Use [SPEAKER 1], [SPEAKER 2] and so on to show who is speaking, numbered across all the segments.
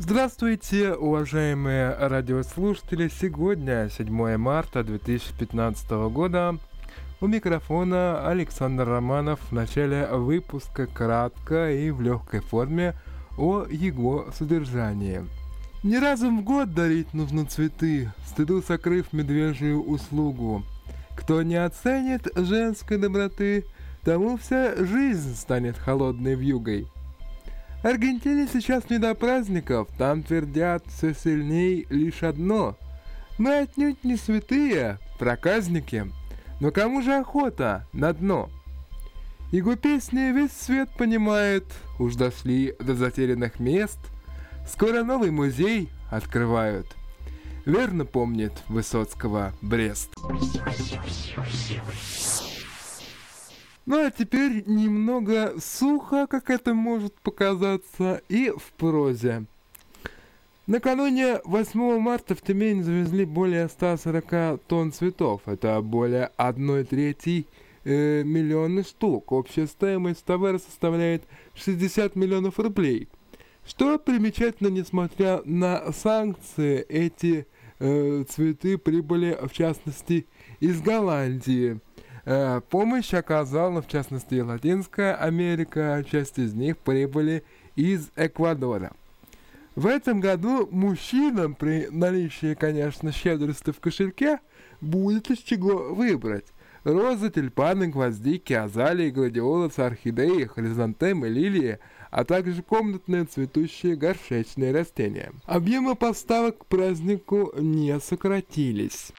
[SPEAKER 1] Здравствуйте, уважаемые радиослушатели! Сегодня 7 марта 2015 года. У микрофона Александр Романов. В начале выпуска кратко и в легкой форме о его содержании. Не разом в год дарить нужно цветы, стыду сокрыв медвежью услугу. Кто не оценит женской доброты, тому вся жизнь станет холодной вьюгой. Аргентине сейчас не до праздников, там твердят все сильней лишь одно: мы отнюдь не святые, проказники, но кому же охота на дно? Его песни весь свет понимает, уж дошли до затерянных мест, скоро новый музей открывают. Верно помнит Высоцкого Брест. Ну а теперь немного сухо, как это может показаться, и в прозе. Накануне 8 марта в Тюмень завезли более 140 тонн цветов. Это более 1/3 миллиона штук. Общая стоимость товара составляет 60 миллионов рублей. Что примечательно, несмотря на санкции, эти цветы прибыли, в частности, из Голландии. Помощь оказала, в частности, Латинская Америка, часть из них прибыли из Эквадора. В этом году мужчинам при наличии, конечно, щедрости в кошельке будет из чего выбрать. Розы, тюльпаны, гвоздики, азалии, гладиолусы, орхидеи, хризантемы, лилии, а также комнатные цветущие горшечные растения. Объемы поставок к празднику не сократились.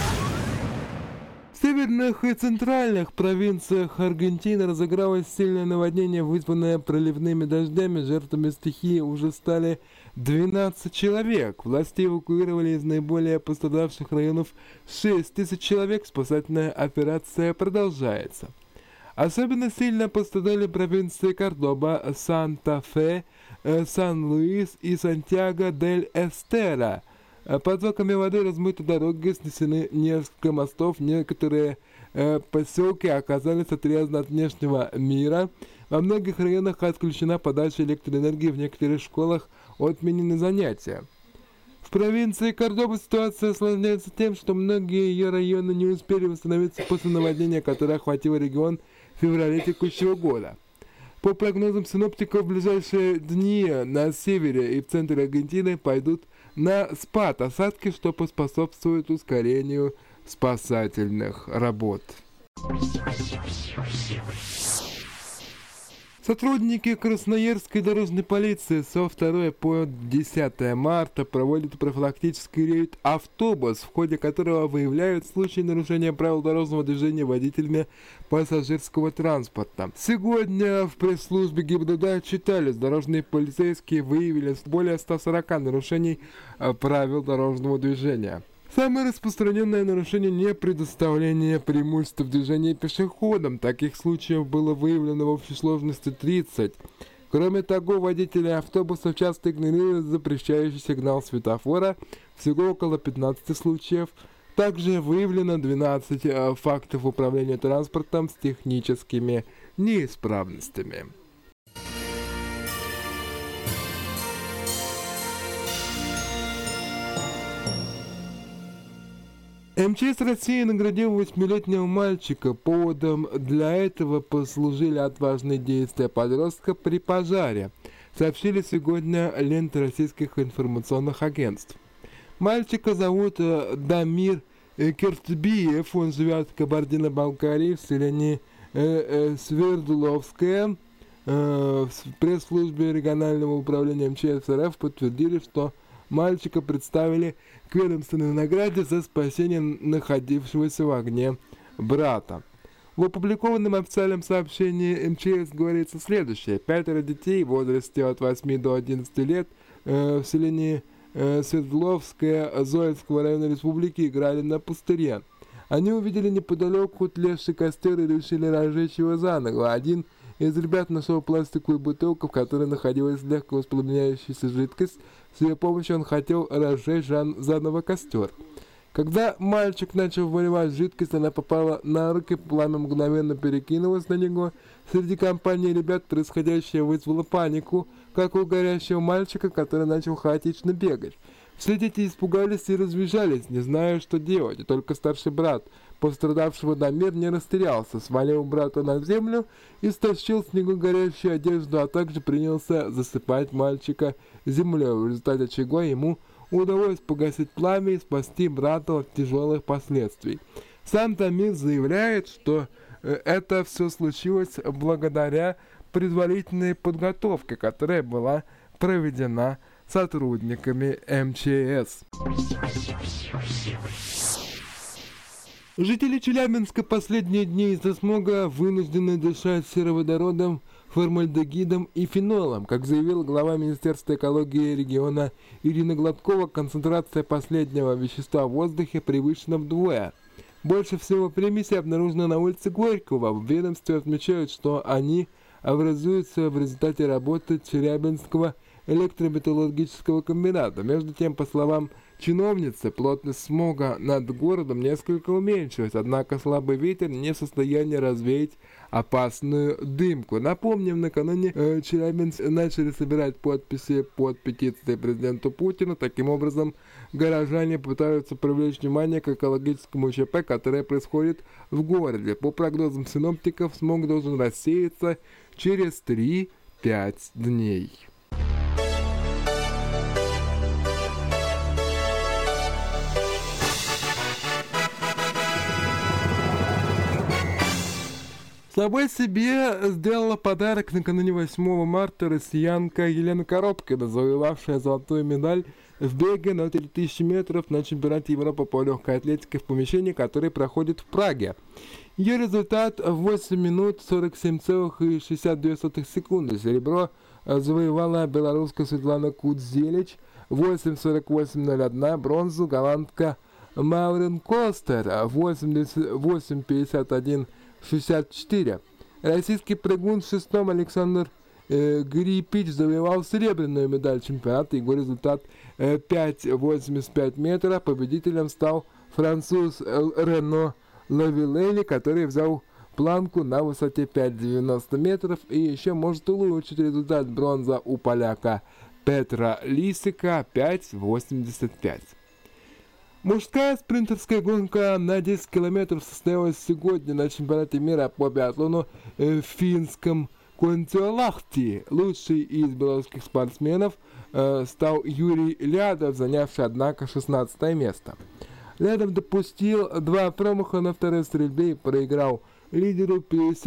[SPEAKER 1] В северных и центральных провинциях Аргентины разыгралось сильное наводнение, вызванное проливными дождями. Жертвами стихии уже стали 12 человек. Власти эвакуировали из наиболее пострадавших районов 6 тысяч человек. Спасательная операция продолжается. Особенно сильно пострадали провинции Кордоба, Санта-Фе, Сан-Луис и Сантьяго-дель-Эстеро. Потоками воды размыты дороги, снесены несколько мостов, некоторые поселки оказались отрезаны от внешнего мира. Во многих районах отключена подача электроэнергии, в некоторых школах отменены занятия. В провинции Кордоба ситуация осложняется тем, что многие ее районы не успели восстановиться после наводнения, которое охватило регион в феврале текущего года. По прогнозам синоптиков, в ближайшие дни на севере и в центре Аргентины пойдут на спад осадки, что поспособствует ускорению спасательных работ. Сотрудники Красноярской дорожной полиции со 2 по 10 марта проводят профилактический рейд «Автобус», в ходе которого выявляют случаи нарушения правил дорожного движения водителями пассажирского транспорта. Сегодня в пресс-службе ГИБДД отчитались, дорожные полицейские выявили более 140 нарушений правил дорожного движения. Самое распространенное нарушение — не предоставление преимущества в движении пешеходам. Таких случаев было выявлено в общей сложности 30. Кроме того, водители автобусов часто игнорируют запрещающий сигнал светофора, всего около 15 случаев. Также выявлено 12 фактов управления транспортом с техническими неисправностями. МЧС России наградил 8-летнего мальчика. Поводом для этого послужили отважные действия подростка при пожаре, сообщили сегодня ленты российских информационных агентств. Мальчика зовут Дамир Кертбиев, он живет в Кабардино-Балкарии, в селении Свердловское. В пресс-службе регионального управления МЧС РФ подтвердили, что мальчика представили к ведомственной награде за спасение находившегося в огне брата. В опубликованном официальном сообщении МЧС говорится следующее: 5 детей в возрасте от 8 до 11 лет в селении Свердловское Зоэльского района республики играли на пустыре. Они увидели неподалеку тлевший костер и решили разжечь его заново. Один из ребят нашел пластиковую бутылку, в которой находилась легко воспламеняющаяся жидкость. С ее помощью он хотел разжечь заново костер. Когда мальчик начал выливать жидкость, она попала на руки, пламя мгновенно перекинулось на него. Среди компании ребят происходящее вызвало панику, как у горящего мальчика, который начал хаотично бегать. Все дети испугались и разбежались, не зная, что делать, и только старший брат пострадавшего до мир не растерялся, свалил брата на землю и стащил с него горящую одежду, а также принялся засыпать мальчика землей. В результате чего ему удалось погасить пламя и спасти брата от тяжелых последствий. Сам Тамир заявляет, что это все случилось благодаря предварительной подготовке, которая была проведена сотрудниками МЧС. Жители Челябинска последние дни из-за смога вынуждены дышать сероводородом, формальдегидом и фенолом. Как заявил глава Министерства экологии региона Ирина Гладкова, концентрация последнего вещества в воздухе превышена вдвое. Больше всего примесей обнаружено на улице Горького. В ведомстве отмечают, что они образуются в результате работы Челябинского электрометаллургического комбината. Между тем, по словам чиновницы, плотность смога над городом несколько уменьшилась, однако слабый ветер не в состоянии развеять опасную дымку. Напомним, накануне челябинцы начали собирать подписи под петицией президенту Путину. Таким образом, горожане пытаются привлечь внимание к экологическому ЧП, которое происходит в городе. По прогнозам синоптиков, смог должен рассеяться через 3-5 дней. Самой себе сделала подарок накануне 8 марта россиянка Елена Коробкина, завоевавшая золотую медаль в беге на 3000 метров на чемпионате Европы по легкой атлетике в помещении, который проходит в Праге. Ее результат 8 минут 47,62 секунды. Серебро завоевала белоруска Светлана Кудзелич 8:48:01, бронзу голландка Маурен Костер 8:51:64. Российский прыгун в шестом Александр Грипич завоевал серебряную медаль чемпионата. Его результат 5,85 метра. Победителем стал француз Рено Лавилели, который взял планку на высоте 5,90 метров и еще может улучшить результат. Бронза у поляка Петра Лисика 5,85. Мужская спринтерская гонка на 10 километров состоялась сегодня на чемпионате мира по биатлону в финском Контиолахти. Лучший из белорусских спортсменов стал Юрий Лядов, занявший, однако, 16 место. Лядов допустил 2 промаха на второй стрельбе и проиграл лидеру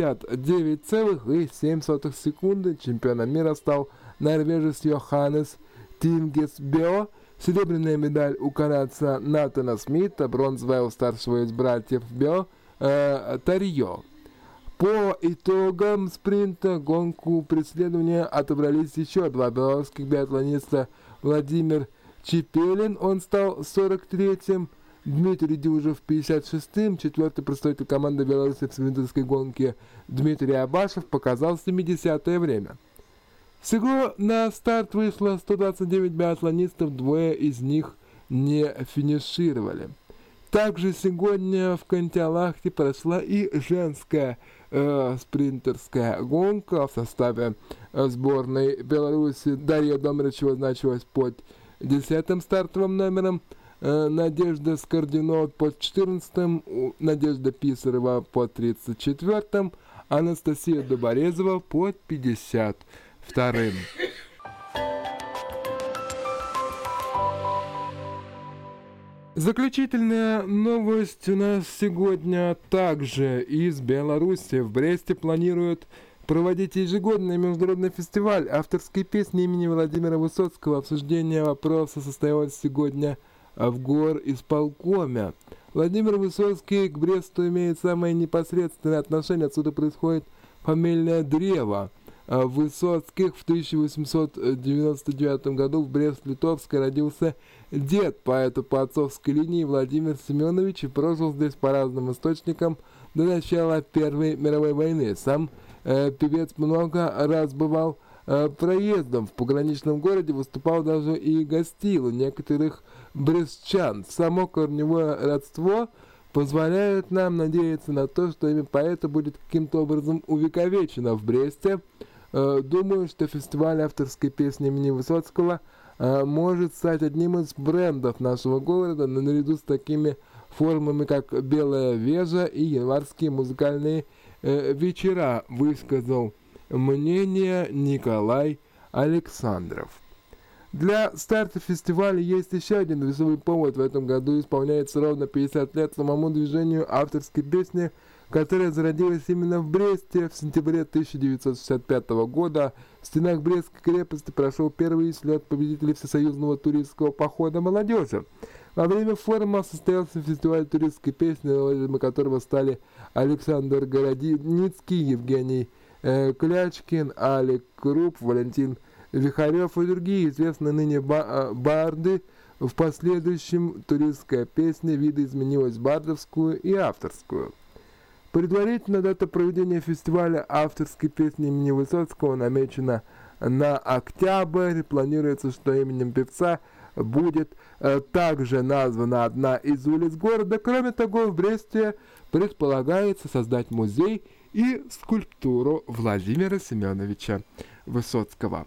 [SPEAKER 1] 59,7 секунды. Чемпионом мира стал норвежец Йоханнес Тингесбео. Серебряная медаль у канадца Натана Смита, бронзовая у старшего из братьев Бео Тарио. По итогам спринта гонку преследования отобрались еще 2 белорусских биатлониста. Владимир Чепелин, он стал 43-м, Дмитрий Дюжев 56-м, 4-й представитель команды Беларуси в спринтерской гонке Дмитрий Абашев показал 70-е время. Всего на старт вышло 129 биатлонистов, 2 из них не финишировали. Также сегодня в Контиолахте прошла и женская спринтерская гонка в составе сборной Беларуси. Дарья Домрачева значилась под 10-м стартовым номером, Надежда Скординова под 14-м, Надежда Писарева под 34-м, Анастасия Доборезова под 52-м. Заключительная новость у нас сегодня также из Беларуси. В Бресте планируют проводить ежегодный международный фестиваль авторской песни имени Владимира Высоцкого. Обсуждение вопроса состоялось сегодня в горисполкоме. Владимир Высоцкий к Бресту имеет самое непосредственное отношение, отсюда происходит фамильное древо Высоцких. В 1899 году в Брест-Литовске родился дед поэта по отцовской линии Владимир Семенович и прожил здесь по разным источникам до начала Первой мировой войны. Сам певец много раз бывал проездом в пограничном городе, выступал даже и гостил у некоторых брестчан. Само корневое родство позволяет нам надеяться на то, что имя поэта будет каким-то образом увековечено в Бресте. Думаю, что фестиваль авторской песни имени Высоцкого может стать одним из брендов нашего города, наряду с такими формами, как «Белая вежа» и январские музыкальные вечера, высказал мнение Николай Александров. Для старта фестиваля есть еще один весовый повод. В этом году исполняется ровно 50 лет самому движению авторской песни, которая зародилась именно в Бресте в сентябре 1965 года. В стенах Брестской крепости прошел первый слет победителей Всесоюзного туристского похода молодежи. Во время форума состоялся фестиваль туристской песни, лауреатами которого стали Александр Городницкий, Евгений Клячкин, Алик Круп, Валентин Вихарев и другие известные ныне барды. В последующем туристская песня видоизменилась в бардовскую и авторскую. Предварительно дата проведения фестиваля авторской песни имени Высоцкого намечена на октябрь. Планируется, что именем певца будет также названа одна из улиц города. Кроме того, в Бресте предполагается создать музей и скульптуру Владимира Семеновича Высоцкого.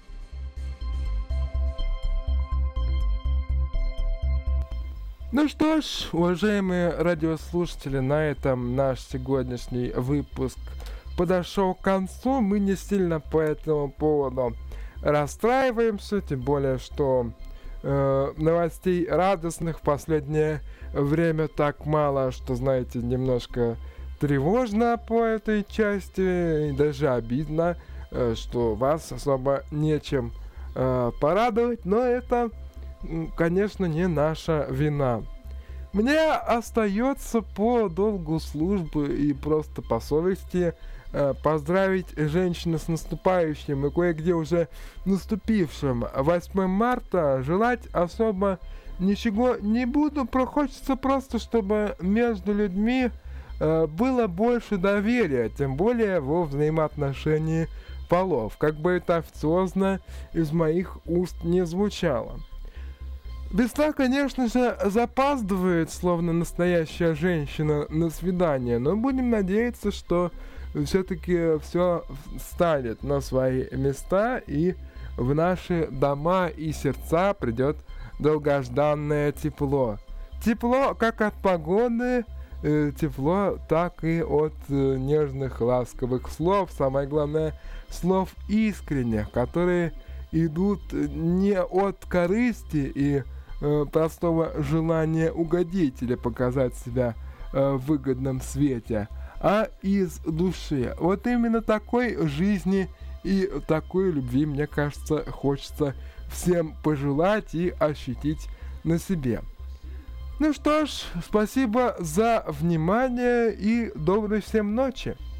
[SPEAKER 1] Ну что ж, уважаемые радиослушатели, на этом наш сегодняшний выпуск подошел к концу. Мы не сильно по этому поводу расстраиваемся, тем более, что новостей радостных в последнее время так мало, что, знаете, немножко тревожно по этой части, и даже обидно, что вас особо нечем порадовать, но это, конечно, не наша вина. Мне остается по долгу службы и просто по совести поздравить женщин с наступающим и кое-где уже наступившим 8 марта. Желать особо ничего не буду, хочется просто, чтобы между людьми было больше доверия, тем более во взаимоотношении полов, как бы это официозно из моих уст не звучало. Весна, конечно же, запаздывает, словно настоящая женщина на свидание, но будем надеяться, что все-таки все станет на свои места и в наши дома и сердца придет долгожданное тепло. Тепло как от погоды, тепло так и от нежных ласковых слов, самое главное, слов искренних, которые идут не от корысти и простого желания угодить или показать себя в выгодном свете, а из души. Вот именно такой жизни и такой любви, мне кажется, хочется всем пожелать и ощутить на себе. Ну что ж, спасибо за внимание и доброй всем ночи.